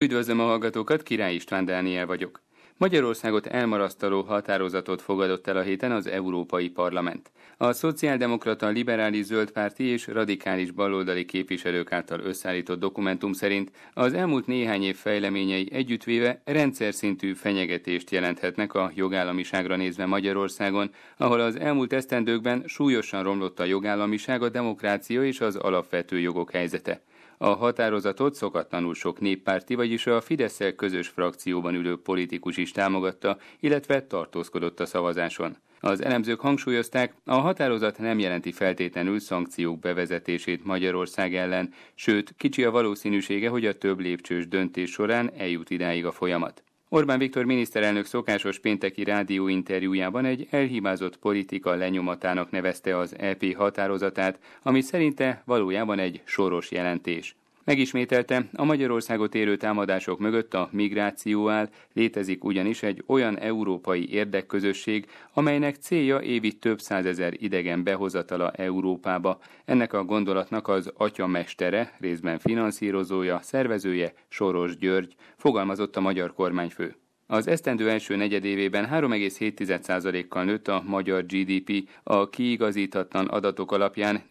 Üdvözlöm a hallgatókat, Király István Dániel vagyok. Magyarországot elmarasztaló határozatot fogadott el a héten az Európai Parlament. A szociáldemokrata, liberális zöldpárti és radikális baloldali képviselők által összeállított dokumentum szerint az elmúlt néhány év fejleményei együttvéve rendszer szintű fenyegetést jelenthetnek a jogállamiságra nézve Magyarországon, ahol az elmúlt esztendőkben súlyosan romlott a jogállamiság, a demokrácia és az alapvető jogok helyzete. A határozatot szokatlanul sok néppárti, vagyis a Fidesszel közös frakcióban ülő politikus is támogatta, illetve tartózkodott a szavazáson. Az elemzők hangsúlyozták, a határozat nem jelenti feltétlenül szankciók bevezetését Magyarország ellen, sőt, kicsi a valószínűsége, hogy a több lépcsős döntés során eljut idáig a folyamat. Orbán Viktor miniszterelnök szokásos pénteki rádióinterjújában egy elhibázott politika lenyomatának nevezte az EP határozatát, ami szerinte valójában egy soros jelentés. Megismételte, a Magyarországot érő támadások mögött a migráció áll, létezik ugyanis egy olyan európai érdekközösség, amelynek célja évi több százezer idegen behozatala Európába. Ennek a gondolatnak az atyamestere, részben finanszírozója, szervezője Soros György, fogalmazott a magyar kormányfő. Az esztendő első negyedévében 3,7%-kal nőtt a magyar GDP, a kiigazítatlan adatok alapján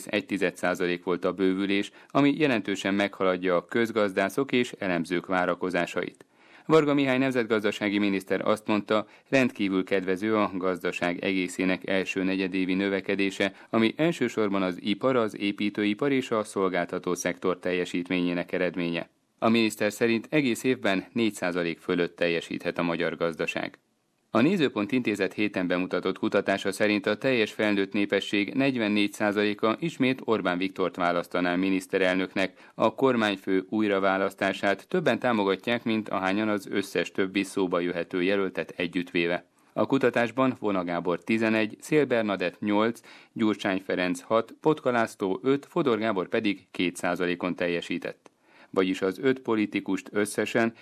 4,1% volt a bővülés, ami jelentősen meghaladja a közgazdászok és elemzők várakozásait. Varga Mihály nemzetgazdasági miniszter azt mondta, rendkívül kedvező a gazdaság egészének első negyedévi növekedése, ami elsősorban az ipar, az építőipar és a szolgáltató szektor teljesítményének eredménye. A miniszter szerint egész évben 4% fölött teljesíthet a magyar gazdaság. A Nézőpont Intézet héten bemutatott kutatása szerint a teljes felnőtt népesség 44%-a ismét Orbán Viktort választaná miniszterelnöknek, a kormányfő újraválasztását többen támogatják, mint ahányan az összes többi szóba jöhető jelöltet együttvéve. A kutatásban Vona Gábor 11, Széll Bernadett 8, Gyurcsány Ferenc 6, Potka László 5, Fodor Gábor pedig 2%-on teljesített. Vagyis az 5 politikust összesen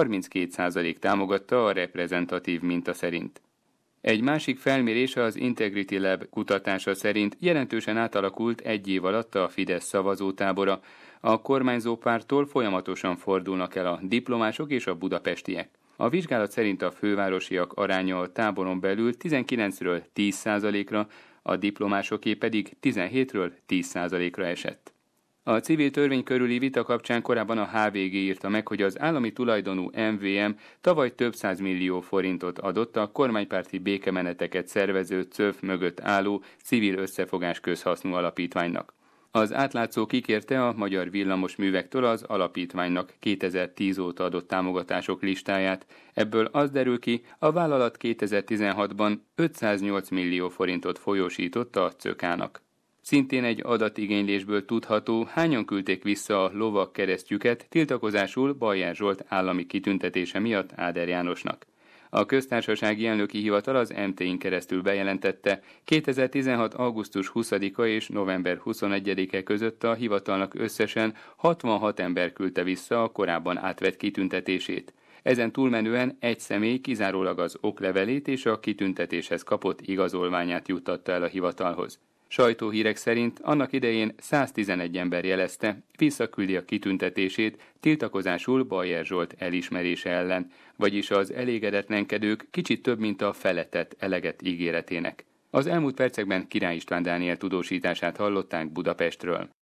32% támogatta a reprezentatív minta szerint. Egy másik felmérés az Integrity Lab kutatása szerint jelentősen átalakult egy év alatt a Fidesz szavazótábora. A kormányzó párttól folyamatosan fordulnak el a diplomások és a budapestiek. A vizsgálat szerint a fővárosiak aránya a táboron belül 19-ről 10%-ra, a diplomásoké pedig 17-ről 10%-ra esett. A civil törvény körüli vita kapcsán korábban a HVG írta meg, hogy az állami tulajdonú MVM tavaly több 100 millió forintot adott a kormánypárti békemeneteket szervező CÖF mögött álló civil összefogás közhasznú alapítványnak. Az átlátszó kikérte a Magyar Villamosművektől az alapítványnak 2010 óta adott támogatások listáját. Ebből az derül ki, a vállalat 2016-ban 508 millió forintot folyósított a CÖK-nak. Szintén egy adatigénylésből tudható, hányan küldték vissza a lovak keresztjüket tiltakozásul Bajer Zsolt állami kitüntetése miatt Áder Jánosnak. A köztársasági elnöki hivatal az MT-n keresztül bejelentette, 2016. augusztus 20-a és november 21-e között a hivatalnak összesen 66 ember küldte vissza a korábban átvett kitüntetését. Ezen túlmenően egy személy kizárólag az oklevelét és a kitüntetéshez kapott igazolványát juttatta el a hivatalhoz. Sajtóhírek szerint annak idején 111 ember jelezte, visszaküldi a kitüntetését tiltakozásul Bajer Zsolt elismerése ellen, vagyis az elégedetlenkedők kicsit több mint a fele tett eleget ígéretének. Az elmúlt percekben Király István Dániel tudósítását hallották Budapestről.